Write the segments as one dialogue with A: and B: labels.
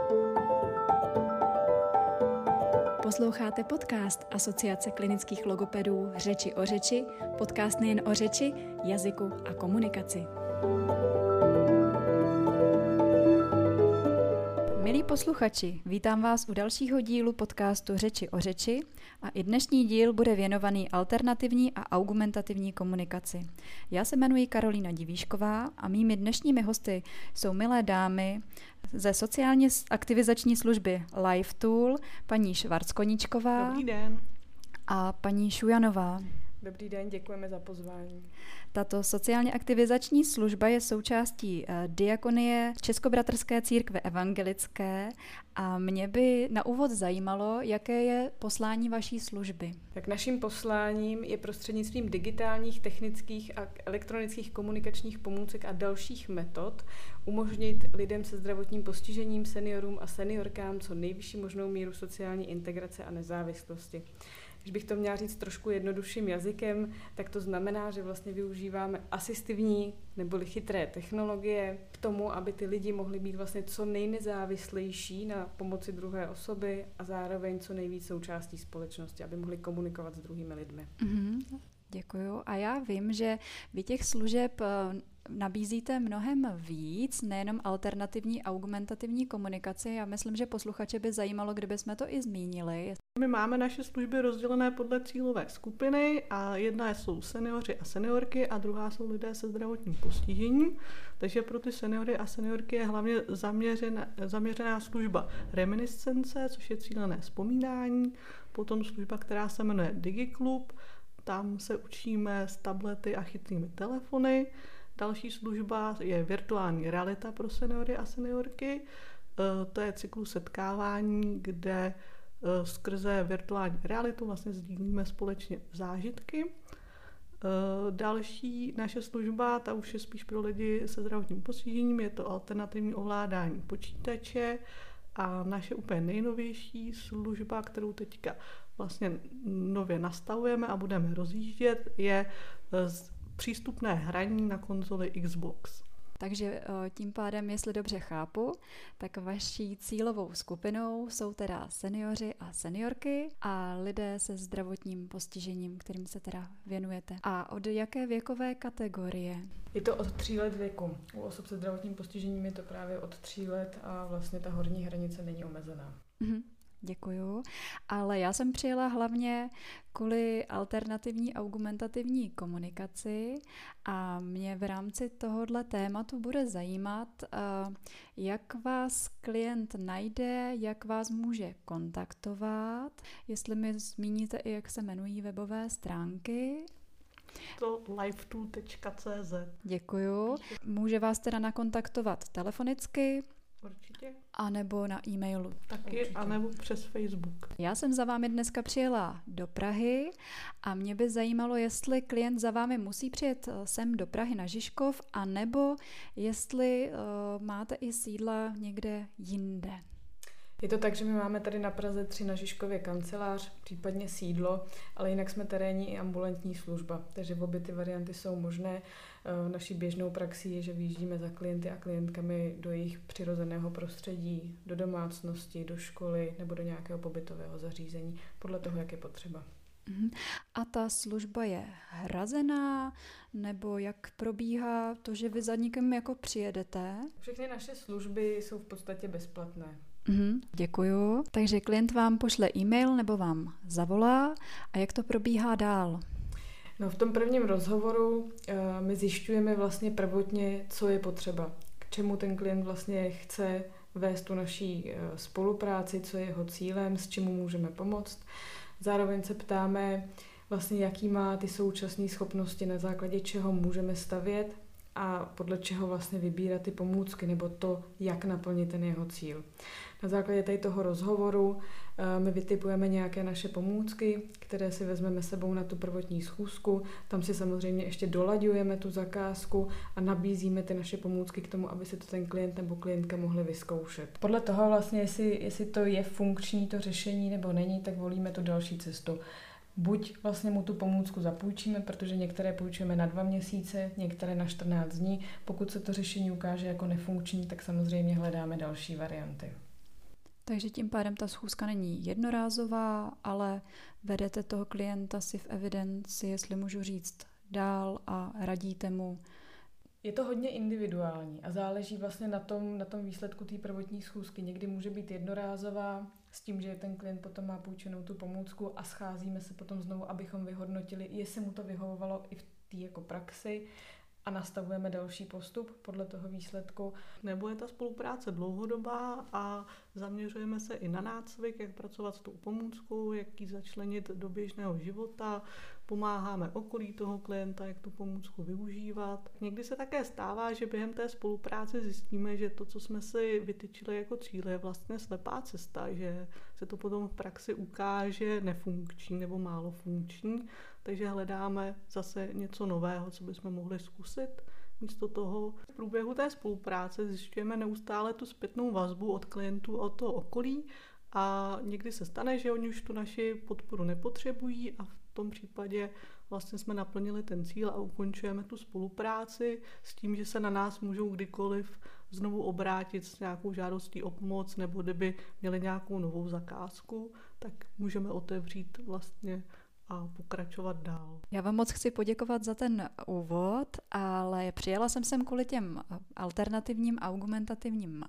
A: Posloucháte podcast Asociace klinických logopedů Řeči o řeči, podcast nejen o řeči, jazyku a komunikaci. Milí posluchači, vítám vás u dalšího dílu podcastu Řeči o řeči a i dnešní díl bude věnovaný alternativní a augmentativní komunikaci. Já se jmenuji Karolína Divíšková a mými dnešními hosty jsou milé dámy ze sociálně aktivizační služby Life Tool, paní Švarc-Koníčková.
B: Dobrý den.
A: A paní Šujanová.
B: Dobrý den, děkujeme za pozvání.
A: Tato sociálně aktivizační služba je součástí diakonie Českobratrské církve evangelické a mě by na úvod zajímalo, jaké je poslání vaší služby.
B: Tak naším posláním je prostřednictvím digitálních, technických a elektronických komunikačních pomůcek a dalších metod umožnit lidem se zdravotním postižením, seniorům a seniorkám co nejvyšší možnou míru sociální integrace a nezávislosti. Když bych to měla říct trošku jednodušším jazykem, tak to znamená, že vlastně využíváme asistivní neboli chytré technologie k tomu, aby ty lidi mohli být vlastně co nejnezávislejší na pomoci druhé osoby a zároveň co nejvíc součástí společnosti, aby mohli komunikovat s druhými lidmi.
A: Děkuju. A já vím, že vy těch služeb nabízíte mnohem víc, nejenom alternativní augmentativní komunikaci. Já myslím, že posluchače by zajímalo, kdyby jsme to i zmínili.
B: My máme naše služby rozdělené podle cílové skupiny a jedna jsou seniori a seniorky a druhá jsou lidé se zdravotním postižením. Takže pro ty seniory a seniorky je hlavně zaměřená služba reminiscence, což je cílené vzpomínání, potom služba, která se jmenuje DigiClub, tam se učíme s tablety a chytrými telefony. Další služba je virtuální realita pro seniory a seniorky. To je cyklus setkávání, kde skrze virtuální realitu vlastně sdílíme společně zážitky. Další naše služba, ta už je spíš pro lidi se zdravotním postižením, je to alternativní ovládání počítače a naše úplně nejnovější služba, kterou teďka vlastně nově nastavujeme a budeme rozjíždět, je přístupné hraní na konzoli Xbox.
A: Takže tím pádem, jestli dobře chápu, tak vaší cílovou skupinou jsou teda seniori a seniorky a lidé se zdravotním postižením, kterým se teda věnujete. A od jaké věkové kategorie?
B: Je to od 3 let věku. U osob se zdravotním postižením je to právě od 3 let a vlastně ta horní hranice není omezená.
A: Děkuju, ale já jsem přijela hlavně kvůli alternativní augmentativní komunikaci a mě v rámci tohohle tématu bude zajímat, jak vás klient najde, jak vás může kontaktovat, jestli mi zmíníte i, jak se jmenují webové stránky.
B: To lifetool.cz.
A: Děkuju. Může vás teda nakontaktovat telefonicky?
B: Určitě.
A: A nebo na e-mailu.
B: Taky, anebo přes Facebook.
A: Já jsem za vámi dneska přijela do Prahy a mě by zajímalo, jestli klient za vámi musí přijet sem do Prahy na Žižkov, anebo jestli máte i sídla někde jinde.
B: Je to tak, že my máme tady na Praze 3 na Žižkově kancelář, případně sídlo, ale jinak jsme terénní i ambulantní služba, takže obě ty varianty jsou možné. Naší běžnou praxí je, že vyjíždíme za klienty a klientkami do jejich přirozeného prostředí, do domácnosti, do školy nebo do nějakého pobytového zařízení, podle toho, jak je potřeba.
A: A ta služba je hrazená, nebo jak probíhá to, že vy za někým jako přijedete?
B: Všechny naše služby jsou v podstatě bezplatné.
A: Děkuju. Takže klient vám pošle e-mail nebo vám zavolá a jak to probíhá dál?
B: No, v tom prvním rozhovoru my zjišťujeme vlastně prvotně, co je potřeba, k čemu ten klient vlastně chce vést tu naší spolupráci, co je jeho cílem, s čím mu můžeme pomoct. Zároveň se ptáme vlastně, jaký má ty současné schopnosti, na základě čeho můžeme stavět a podle čeho vlastně vybírat ty pomůcky nebo to, jak naplnit ten jeho cíl. Na základě tady toho rozhovoru my vytipujeme nějaké naše pomůcky, které si vezmeme sebou na tu prvotní schůzku. Tam si samozřejmě ještě dolaďujeme tu zakázku a nabízíme ty naše pomůcky k tomu, aby si to ten klient nebo klientka mohli vyzkoušet. Podle toho vlastně, jestli to je funkční to řešení nebo není, tak volíme tu další cestu. Buď vlastně mu tu pomůcku zapůjčíme, protože některé půjčujeme na 2 měsíce, některé na 14 dní. Pokud se to řešení ukáže jako nefunkční, tak samozřejmě hledáme další varianty.
A: Takže tím pádem ta schůzka není jednorázová, ale vedete toho klienta si v evidenci, jestli můžu říct, dál a radíte mu.
B: Je to hodně individuální a záleží vlastně na tom výsledku té prvotní schůzky. Někdy může být jednorázová s tím, že ten klient potom má půjčenou tu pomůcku a scházíme se potom znovu, abychom vyhodnotili, jestli mu to vyhovovalo i v té jako praxi a nastavujeme další postup podle toho výsledku.
C: Nebo je ta spolupráce dlouhodobá a zaměřujeme se i na nácvik, jak pracovat s tou pomůckou, jak ji začlenit do běžného života, pomáháme okolí toho klienta, jak tu pomůcku využívat. Někdy se také stává, že během té spolupráce zjistíme, že to, co jsme si vytyčili jako cíl, je vlastně slepá cesta, že se to potom v praxi ukáže nefunkční nebo málo funkční, takže hledáme zase něco nového, co bychom mohli zkusit. Místo toho v průběhu té spolupráce zjišťujeme neustále tu zpětnou vazbu od klientů, od toho okolí a někdy se stane, že oni už tu naši podporu nepotřebují a v tom případě vlastně jsme naplnili ten cíl a ukončujeme tu spolupráci s tím, že se na nás můžou kdykoliv znovu obrátit s nějakou žádostí o pomoc nebo kdyby měli nějakou novou zakázku, tak můžeme otevřít vlastně a pokračovat dál.
A: Já vám moc chci poděkovat za ten úvod, ale přijela jsem sem kvůli těm alternativním argumentativním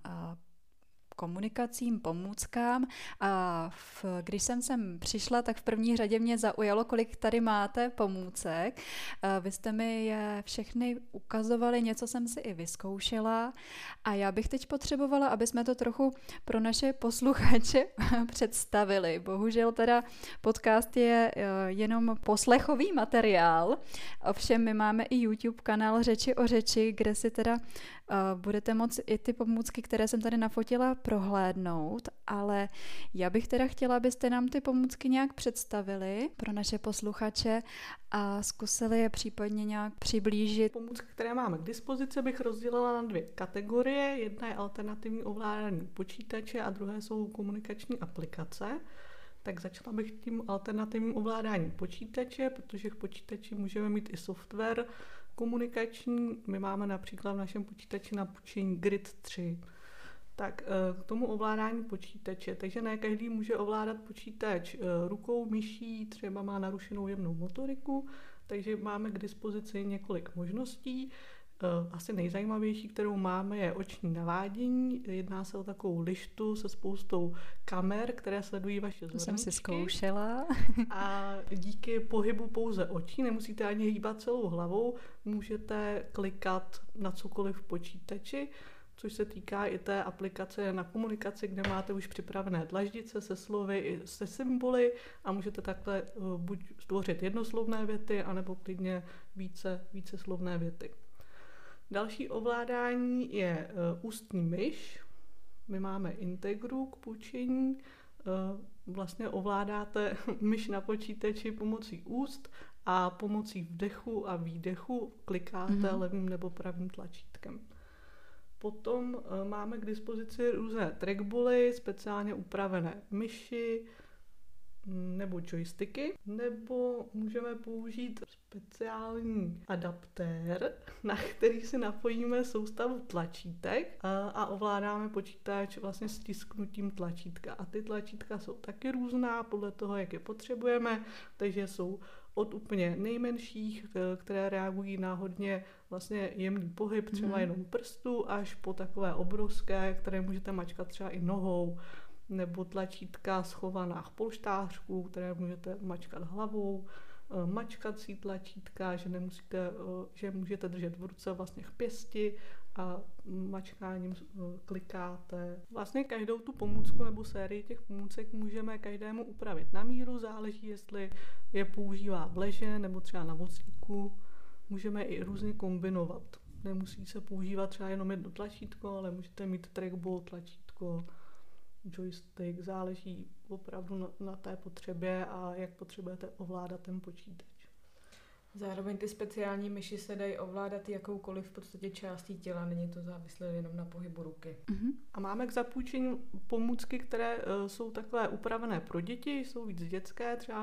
A: komunikacím, pomůckám a když jsem sem přišla, tak v první řadě mě zaujalo, kolik tady máte pomůcek. Vy jste mi je všechny ukazovali, něco jsem si i vyzkoušela a já bych teď potřebovala, aby jsme to trochu pro naše posluchače představili. Bohužel teda podcast je jenom poslechový materiál, ovšem my máme i YouTube kanál Řeči o řeči, kde si teda budete moct i ty pomůcky, které jsem tady nafotila, prohlédnout, ale já bych teda chtěla, abyste nám ty pomůcky nějak představili pro naše posluchače a zkusili je případně nějak přiblížit.
C: Pomůcky, které máme k dispozici, bych rozdělila na dvě kategorie. Jedna je alternativní ovládání počítače a druhé jsou komunikační aplikace. Tak začala bych tím alternativním ovládáním počítače, protože v počítači můžeme mít i software komunikační. My máme například v našem počítači na půjčení Grid 3. Tak k tomu ovládání počítače. Takže ne každý může ovládat počítač rukou, myší, třeba má narušenou jemnou motoriku, takže máme k dispozici několik možností. Asi nejzajímavější, kterou máme, je oční navádění. Jedná se o takovou lištu se spoustou kamer, které sledují vaše zorničky.
A: To jsem si zkoušela.
C: A díky pohybu pouze očí, nemusíte ani hýbat celou hlavou, můžete klikat na cokoliv v počítači, což se týká i té aplikace na komunikaci, kde máte už připravené dlaždice se slovy i se symboly a můžete takhle buď stvořit jednoslovné věty, anebo klidně více slovné věty. Další ovládání je ústní myš. My máme Integru k půjčení. Vlastně ovládáte myš na počítači pomocí úst a pomocí vdechu a výdechu klikáte levým nebo pravým tlačítkem. Potom máme k dispozici různé trackbally, speciálně upravené myši nebo joysticky, nebo můžeme použít speciální adaptér, na který si napojíme soustavu tlačítek a ovládáme počítač vlastně stisknutím tlačítka. A ty tlačítka jsou taky různá podle toho, jak je potřebujeme, takže jsou od úplně nejmenších, které reagují na hodně vlastně jemný pohyb, třeba jenom prstu, až po takové obrovské, které můžete mačkat třeba i nohou, nebo tlačítka schovaná v polštářku, které můžete mačkat hlavou, mačkací tlačítka, že můžete držet v ruce vlastně k pěsti a mačkáním klikáte. Vlastně každou tu pomůcku nebo sérii těch pomůcek můžeme každému upravit na míru, záleží, jestli je používá v leže nebo třeba na vozíku. Můžeme i různě kombinovat. Nemusí se používat třeba jenom jedno tlačítko, ale můžete mít trackball, tlačítko, joystick, záleží opravdu na té potřebě a jak potřebujete ovládat ten počítač.
B: Zároveň ty speciální myši se dají ovládat jakoukoliv v podstatě částí těla, není to závislé jenom na pohybu ruky.
C: A máme k zapůjčení pomůcky, které jsou takové upravené pro děti, jsou víc dětské, třeba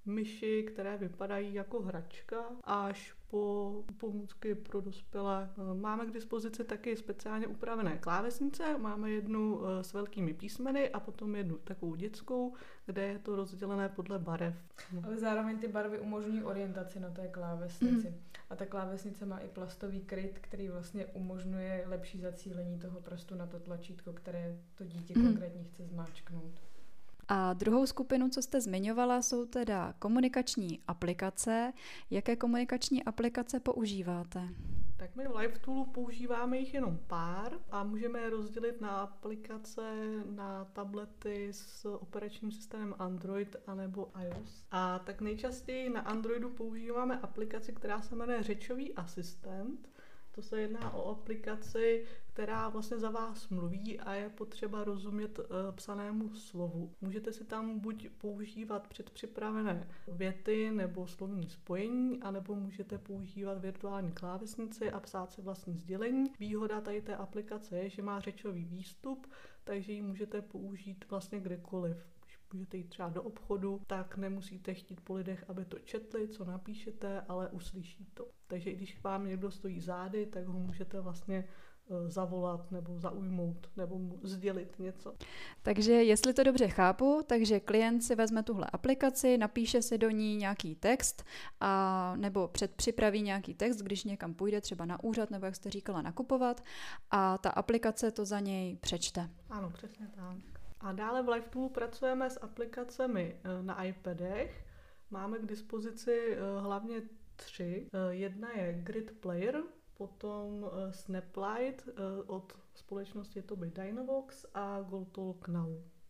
C: myši, které vypadají jako hračka, až po pomůcky pro dospělé. Máme k dispozici taky speciálně upravené klávesnice, máme jednu s velkými písmeny a potom jednu takovou dětskou, kde je to rozdělené podle barev.
B: Ale zároveň ty barvy umožňují orientaci na té klávesnici. A ta klávesnice má i plastový kryt, který vlastně umožňuje lepší zacílení toho prstu na to tlačítko, které to dítě konkrétně chce zmáčknout.
A: A druhou skupinu, co jste zmiňovala, jsou teda komunikační aplikace. Jaké komunikační aplikace používáte?
C: Tak my v LiveToolu používáme jich jenom pár a můžeme je rozdělit na aplikace na tablety s operačním systémem Android anebo iOS. A tak nejčastěji na Androidu používáme aplikaci, která se jmenuje Řečový asistent. To se jedná o aplikaci, která vlastně za vás mluví a je potřeba rozumět psanému slovu. Můžete si tam buď používat předpřipravené věty nebo slovní spojení, anebo můžete používat virtuální klávesnici a psát si vlastní sdělení. Výhoda tady té aplikace je, že má řečový výstup, takže ji můžete použít vlastně kdekoliv. Můžete jít třeba do obchodu, tak nemusíte chtít po lidech, aby to četli, co napíšete, ale uslyší to. Takže i když vám někdo stojí zády, tak ho můžete vlastně zavolat nebo zaujmout nebo mu sdělit něco.
A: Takže jestli to dobře chápu, takže klient si vezme tuhle aplikaci, napíše si do ní nějaký text a nebo předpřipraví nějaký text, když někam půjde, třeba na úřad nebo jak jste říkala nakupovat a ta aplikace to za něj přečte.
C: Ano, přesně tak. A dále v LiveToolu pracujeme s aplikacemi na iPadech. Máme k dispozici hlavně 3. Jedna je Grid Player, potom Snaplight od společnosti je to Dynavox a GoTalk Now.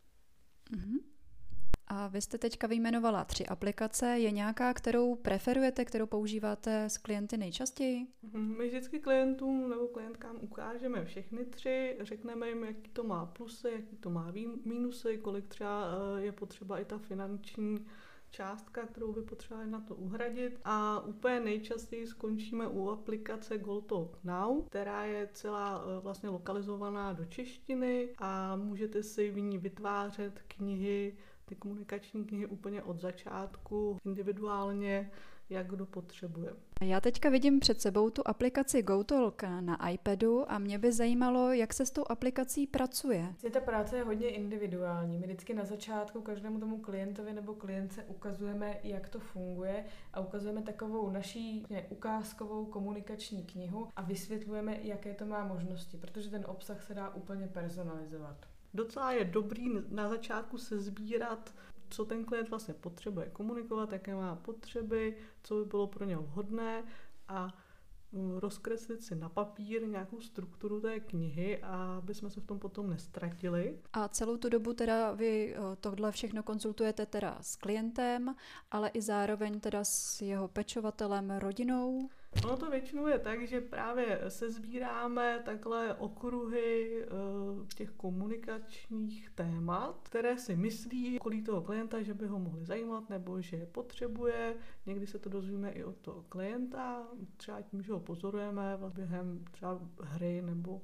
A: A vy jste teďka vyjmenovala 3 aplikace. Je nějaká, kterou preferujete, kterou používáte s klienty nejčastěji?
C: My vždycky klientům nebo klientkám ukážeme všechny 3, řekneme jim, jaký to má plusy, jaký to má mínusy, kolik třeba je potřeba i ta finanční částka, kterou by potřebovali na to uhradit. A úplně nejčastěji skončíme u aplikace GoTalk Now, která je celá vlastně lokalizovaná do češtiny a můžete si v ní vytvářet knihy, ty komunikační knihy úplně od začátku, individuálně, jak kdo potřebuje.
A: Já teďka vidím před sebou tu aplikaci GoTalk na iPadu a mě by zajímalo, jak se s tou aplikací pracuje.
B: Ta práce je hodně individuální. My vždycky na začátku každému tomu klientovi nebo klientce ukazujeme, jak to funguje a ukazujeme takovou naší ukázkovou komunikační knihu a vysvětlujeme, jaké to má možnosti, protože ten obsah se dá úplně personalizovat.
C: Docela je dobrý na začátku se sbírat, co ten klient vlastně potřebuje komunikovat, jaké má potřeby, co by bylo pro něho vhodné a rozkreslit si na papír nějakou strukturu té knihy, aby jsme se v tom potom nestratili.
A: A celou tu dobu teda vy tohle všechno konzultujete teda s klientem, ale i zároveň teda s jeho pečovatelem, rodinou?
C: Ono to většinou je tak, že právě se sbíráme takhle okruhy těch komunikačních témat, které si myslí okolí toho klienta, že by ho mohli zajímat nebo že je potřebuje. Někdy se to dozvíme i od toho klienta, třeba tím, že ho pozorujeme během třeba hry nebo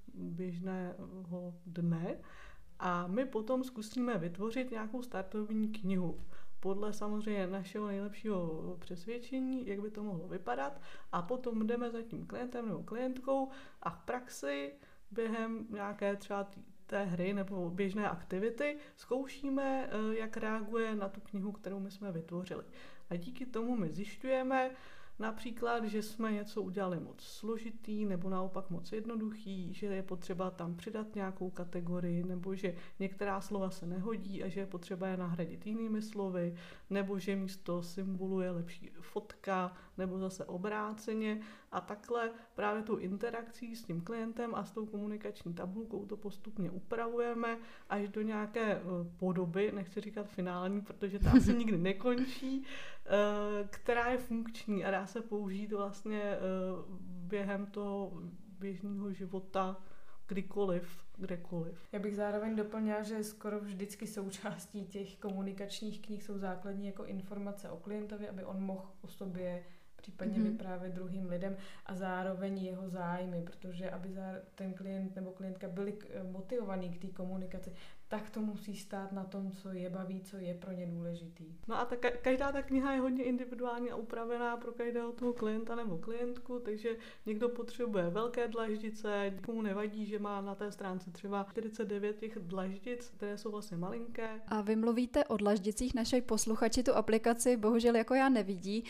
C: běžného dne. A my potom zkusíme vytvořit nějakou startovní knihu. Podle samozřejmě našeho nejlepšího přesvědčení, jak by to mohlo vypadat a potom jdeme za tím klientem nebo klientkou a v praxi během nějaké třeba té hry nebo běžné aktivity zkoušíme, jak reaguje na tu knihu, kterou my jsme vytvořili. A díky tomu my zjišťujeme například, že jsme něco udělali moc složitý nebo naopak moc jednoduchý, že je potřeba tam přidat nějakou kategorii nebo že některá slova se nehodí a že je potřeba je nahradit jinými slovy nebo že místo symbolu je lepší fotka nebo zase obráceně a takhle právě tu interakcí s tím klientem a s tou komunikační tabulkou to postupně upravujeme až do nějaké podoby, nechci říkat finální, protože ta asi nikdy nekončí, která je funkční a dá se použít vlastně během toho běžného života kdykoliv, kdekoliv.
B: Já bych zároveň doplnila, že skoro vždycky součástí těch komunikačních knih jsou základní jako informace o klientovi, aby on mohl o sobě případně vyprávět druhým lidem a zároveň jeho zájmy, protože aby ten klient nebo klientka byli motivovaní k té komunikaci, tak to musí stát na tom, co je baví, co je pro ně důležitý.
C: No a každá ta kniha je hodně individuálně upravená pro každého toho klienta nebo klientku, takže někdo potřebuje velké dlaždice, někomu nevadí, že má na té stránce třeba 49 těch dlaždic, které jsou vlastně malinké.
A: A vy mluvíte o dlaždicích, naši posluchači tu aplikaci bohužel jako já nevidí.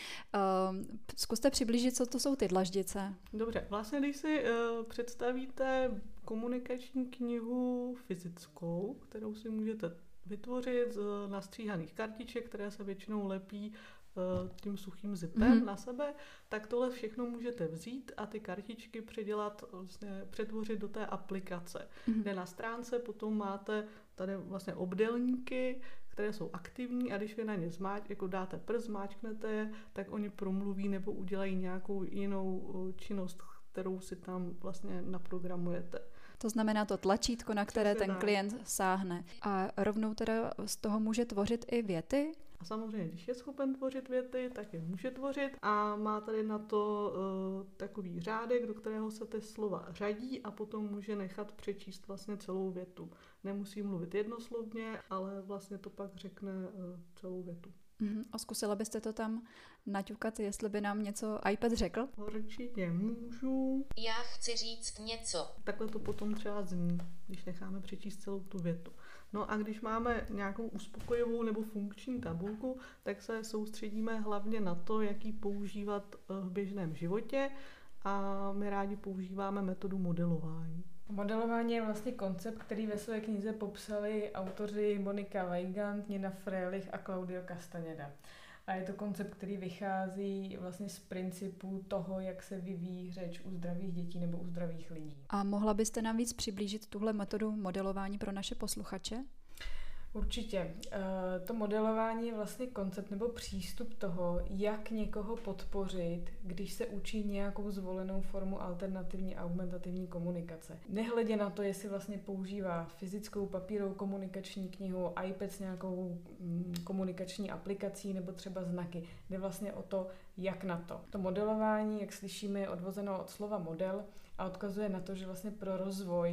A: Zkuste přiblížit, co to jsou ty dlaždice.
C: Dobře, vlastně když si představíte komunikační knihu fyzickou, kterou si můžete vytvořit z nastříhaných kartiček, které se většinou lepí tím suchým zipem na sebe, tak tohle všechno můžete vzít a ty kartičky předělat, vlastně přetvořit do té aplikace, kde na stránce potom máte tady vlastně obdélníky, které jsou aktivní a když vy na ně jako dáte prst, zmáčknete je, tak oni promluví nebo udělají nějakou jinou činnost, kterou si tam vlastně naprogramujete.
A: To znamená to tlačítko, na které ten klient sáhne. A rovnou teda z toho může tvořit i věty?
C: A samozřejmě, když je schopen tvořit věty, tak je může tvořit a má tady na to takový řádek, do kterého se ty slova řadí a potom může nechat přečíst vlastně celou větu. Nemusí mluvit jednoslovně, ale vlastně to pak řekne celou větu.
A: A zkusila byste to tam naťukat, jestli by nám něco iPad řekl?
C: Určitě můžu.
D: Já chci říct něco.
C: Takhle to potom třeba zní, když necháme přečíst celou tu větu. No a když máme nějakou uspokojivou nebo funkční tabulku, tak se soustředíme hlavně na to, jak ji používat v běžném životě a my rádi používáme metodu modelování.
B: Modelování je vlastně koncept, který ve své knize popsali autoři Monika Weigand, Nina Freilich a Claudio Castaneda. A je to koncept, který vychází vlastně z principu toho, jak se vyvíjí řeč u zdravých dětí nebo u zdravých lidí.
A: A mohla byste nám víc přiblížit tuhle metodu modelování pro naše posluchače?
B: Určitě. To modelování je vlastně koncept nebo přístup toho, jak někoho podpořit, když se učí nějakou zvolenou formu alternativní a augmentativní komunikace. Nehledě na to, jestli vlastně používá fyzickou papírovou komunikační knihu, iPad s nějakou komunikační aplikací nebo třeba znaky. Jde vlastně o to, jak na to. To modelování, jak slyšíme, je odvozeno od slova model a odkazuje na to, že vlastně pro rozvoj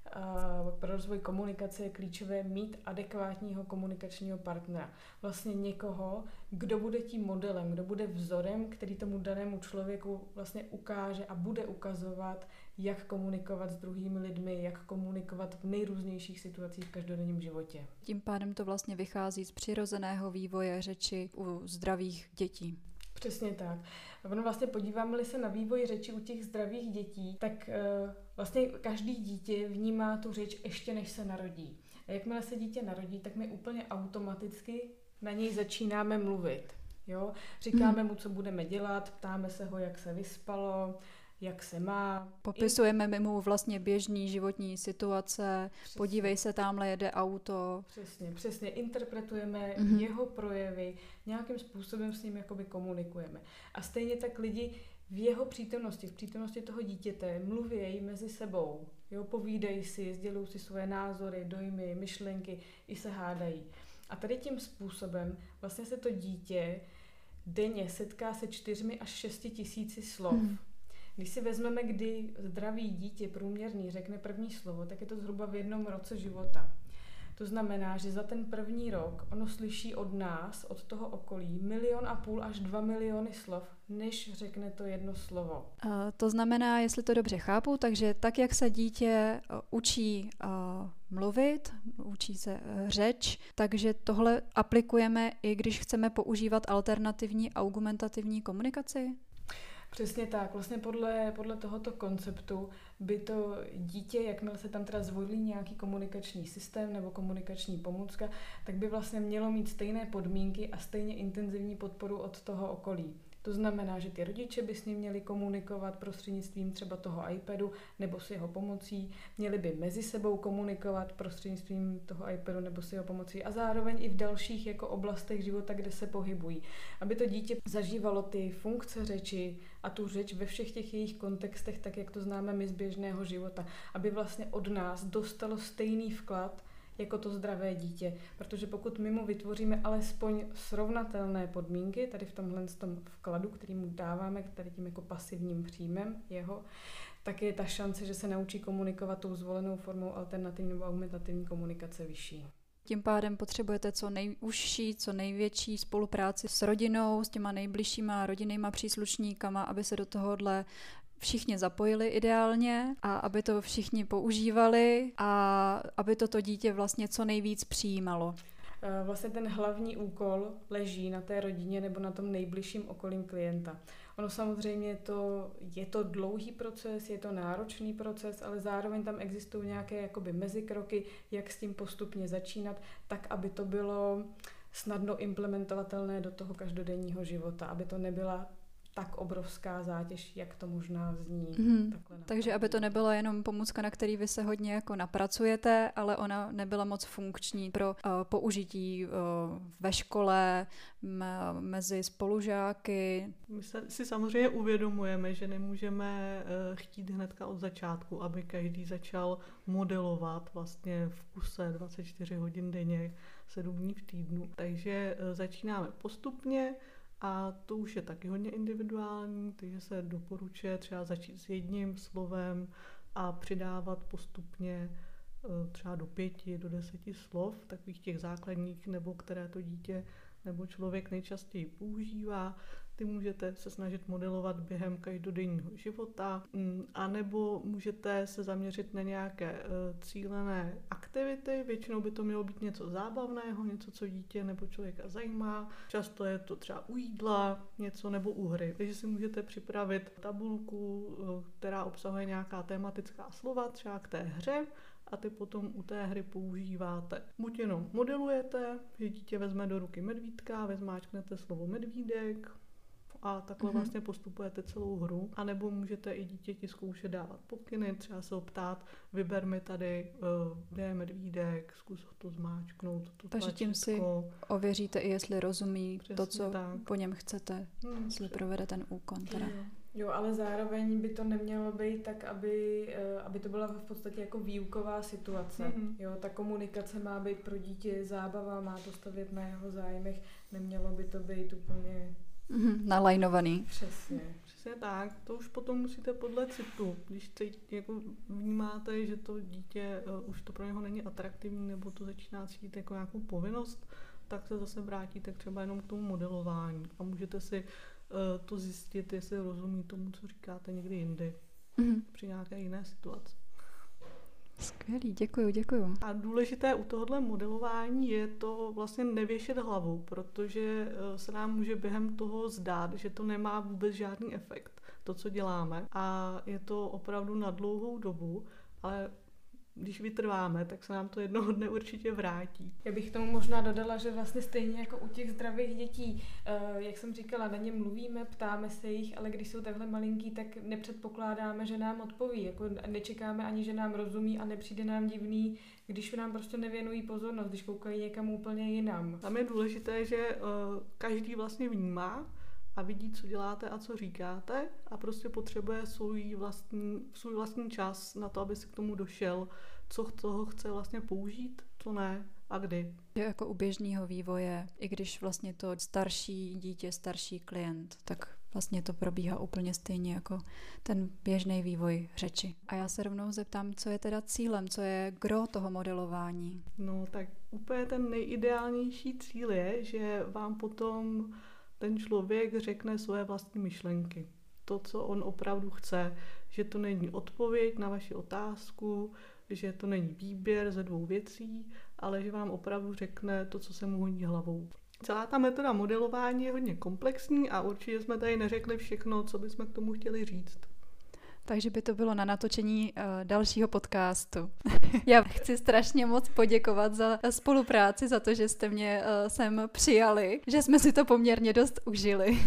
B: komunikace je klíčové mít adekvátního komunikačního partnera. Vlastně někoho, kdo bude tím modelem, kdo bude vzorem, který tomu danému člověku vlastně ukáže a bude ukazovat, jak komunikovat s druhými lidmi, jak komunikovat v nejrůznějších situacích v každodenním životě.
A: Tím pádem to vlastně vychází z přirozeného vývoje řeči u zdravých dětí.
B: Přesně tak. Ono vlastně podíváme-li se na vývoj řeči u těch zdravých dětí, tak vlastně každý dítě vnímá tu řeč ještě než se narodí. A jakmile se dítě narodí, tak my úplně automaticky na něj začínáme mluvit. Jo? Říkáme mu, co budeme dělat, ptáme se ho, jak se vyspalo, jak se má.
A: Popisujeme mu vlastně běžný životní situace, přesně. Podívej se, tamhle jede auto.
B: Přesně. Interpretujeme jeho projevy, nějakým způsobem s ním jakoby komunikujeme. A stejně tak lidi v jeho přítomnosti, v přítomnosti toho dítěte mluví mezi sebou. Jo, povídají si, sdělují si svoje názory, dojmy, myšlenky, i se hádají. A tady tím způsobem vlastně se to dítě denně setká se 4 až 6 tisíci slov. Když si vezmeme, kdy zdravý dítě průměrný řekne první slovo, tak je to zhruba v 1 roce života. To znamená, že za ten první rok ono slyší od nás, od toho okolí, 1,5 milionu až 2 miliony slov, než řekne to jedno slovo.
A: To znamená, jestli to dobře chápu, takže tak, jak se dítě učí mluvit, učí se řeč, takže tohle aplikujeme i když chceme používat alternativní augmentativní komunikaci?
B: Přesně tak. Vlastně podle tohoto konceptu by to dítě, jakmile se tam teda zvolí nějaký komunikační systém nebo komunikační pomůcka, tak by vlastně mělo mít stejné podmínky a stejně intenzivní podporu od toho okolí. To znamená, že ty rodiče by s ním měli komunikovat prostřednictvím třeba toho iPadu nebo s jeho pomocí, měli by mezi sebou komunikovat prostřednictvím toho iPadu nebo s jeho pomocí a zároveň i v dalších jako oblastech života, kde se pohybují. Aby to dítě zažívalo ty funkce řeči a tu řeč ve všech těch jejich kontextech, tak jak to známe my z běžného života. Aby vlastně od nás dostalo stejný vklad, jako to zdravé dítě. Protože pokud my mu vytvoříme alespoň srovnatelné podmínky, tady v tomhle tom vkladu, který mu dáváme, tady tím jako pasivním příjmem jeho, tak je ta šance, že se naučí komunikovat tou zvolenou formou alternativní nebo augmentativní komunikace vyšší.
A: Tím pádem potřebujete co nejužší, co největší spolupráci s rodinou, s těma nejbližšíma rodinnýma příslušníkama, aby se do tohohle všichni zapojili ideálně a aby to všichni používali a aby toto dítě vlastně co nejvíc přijímalo.
B: Vlastně ten hlavní úkol leží na té rodině nebo na tom nejbližším okolím klienta. Ono samozřejmě je to dlouhý proces, je to náročný proces, ale zároveň tam existují nějaké jakoby mezikroky, jak s tím postupně začínat, tak aby to bylo snadno implementovatelné do toho každodenního života, aby to nebyla tak obrovská zátěž, jak to možná zní.
A: Takže aby to nebyla jenom pomůcka, na který vy se hodně jako napracujete, ale ona nebyla moc funkční pro použití ve škole, mezi spolužáky.
C: My si samozřejmě uvědomujeme, že nemůžeme chtít hnedka od začátku, aby každý začal modelovat vlastně v kuse 24 hodin denně, 7 dní v týdnu. Takže začínáme postupně, a to už je taky hodně individuální, takže se doporučuje třeba začít s jedním slovem a přidávat postupně třeba do 5, do 10 slov, takových těch základních, nebo které to dítě nebo člověk nejčastěji používá. Ty můžete se snažit modelovat během každodenního života, anebo můžete se zaměřit na nějaké cílené aktivity. Většinou by to mělo být něco zábavného, něco, co dítě nebo člověka zajímá. Často je to třeba u jídla, něco nebo u hry. Takže si můžete připravit tabulku, která obsahuje nějaká tematická slova, třeba k té hře, a ty potom u té hry používáte. Buď jenom modelujete, že dítě vezme do ruky medvídka, vezmáčknete slovo medvídek a takhle vlastně postupujete celou hru. A nebo můžete i dítěti zkoušet dávat pokyny, třeba se ho ptát, vyber mi tady, kde je medvídek, zkus to zmáčknout, to
A: Takže
C: tlačítko.
A: tím si ověříte i, jestli rozumí
C: Přesně
A: to, co
C: tak.
A: po něm chcete, jestli provede ten úkon. Teda.
B: Jo, ale zároveň by to nemělo být tak, aby to byla v podstatě jako výuková situace. Jo, ta komunikace má být pro dítě zábava, má to stavět na jeho zájmech, nemělo by to být úplně
A: nalajnovaný.
B: Přesně.
C: Přesně tak, to už potom musíte podle citu. Když jako vnímáte, že to dítě už to pro něho není atraktivní nebo to začíná cítit jako nějakou povinnost, tak se zase vrátíte třeba jenom k tomu modelování a můžete si to zjistit, jestli rozumí tomu, co říkáte někdy jindy při nějaké jiné situaci.
A: Skvělý, děkuju.
C: A důležité u tohohle modelování je to vlastně nevěšet hlavou, protože se nám může během toho zdát, že to nemá vůbec žádný efekt, to, co děláme. A je to opravdu na dlouhou dobu, ale když vytrváme, tak se nám to jednoho dne určitě vrátí.
B: Já bych tomu možná dodala, že vlastně stejně jako u těch zdravých dětí, jak jsem říkala, na ně mluvíme, ptáme se jich, ale když jsou takhle malinký, tak nepředpokládáme, že nám odpoví. Jako nečekáme ani, že nám rozumí a nepřijde nám divný, když nám prostě nevěnují pozornost, když koukají někam úplně jinam.
C: Tam je důležité, že každý vlastně vnímá a vidí, co děláte a co říkáte a prostě potřebuje svůj vlastní čas na to, aby si k tomu došel, co toho chce vlastně použít, co ne a kdy.
A: Jako u běžného vývoje, i když vlastně to starší dítě, starší klient, tak vlastně to probíhá úplně stejně jako ten běžný vývoj řeči. A já se rovnou zeptám, co je teda cílem, co je gro toho modelování?
C: No tak úplně ten nejideálnější cíl je, že vám potom ten člověk řekne svoje vlastní myšlenky. To, co on opravdu chce, že to není odpověď na vaši otázku, že to není výběr ze 2 věcí, ale že vám opravdu řekne to, co se mu hodí hlavou. Celá ta metoda modelování je hodně komplexní a určitě jsme tady neřekli všechno, co bychom k tomu chtěli říct.
A: Takže by to bylo na natočení dalšího podcastu. Já chci strašně moc poděkovat za spolupráci, za to, že jste mě sem přijali, že jsme si to poměrně dost užili.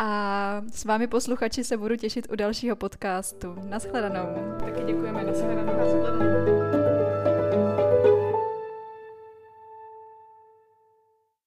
A: A s vámi posluchači se budu těšit u dalšího podcastu. Naschledanou.
B: Taky děkujeme, naschledanou.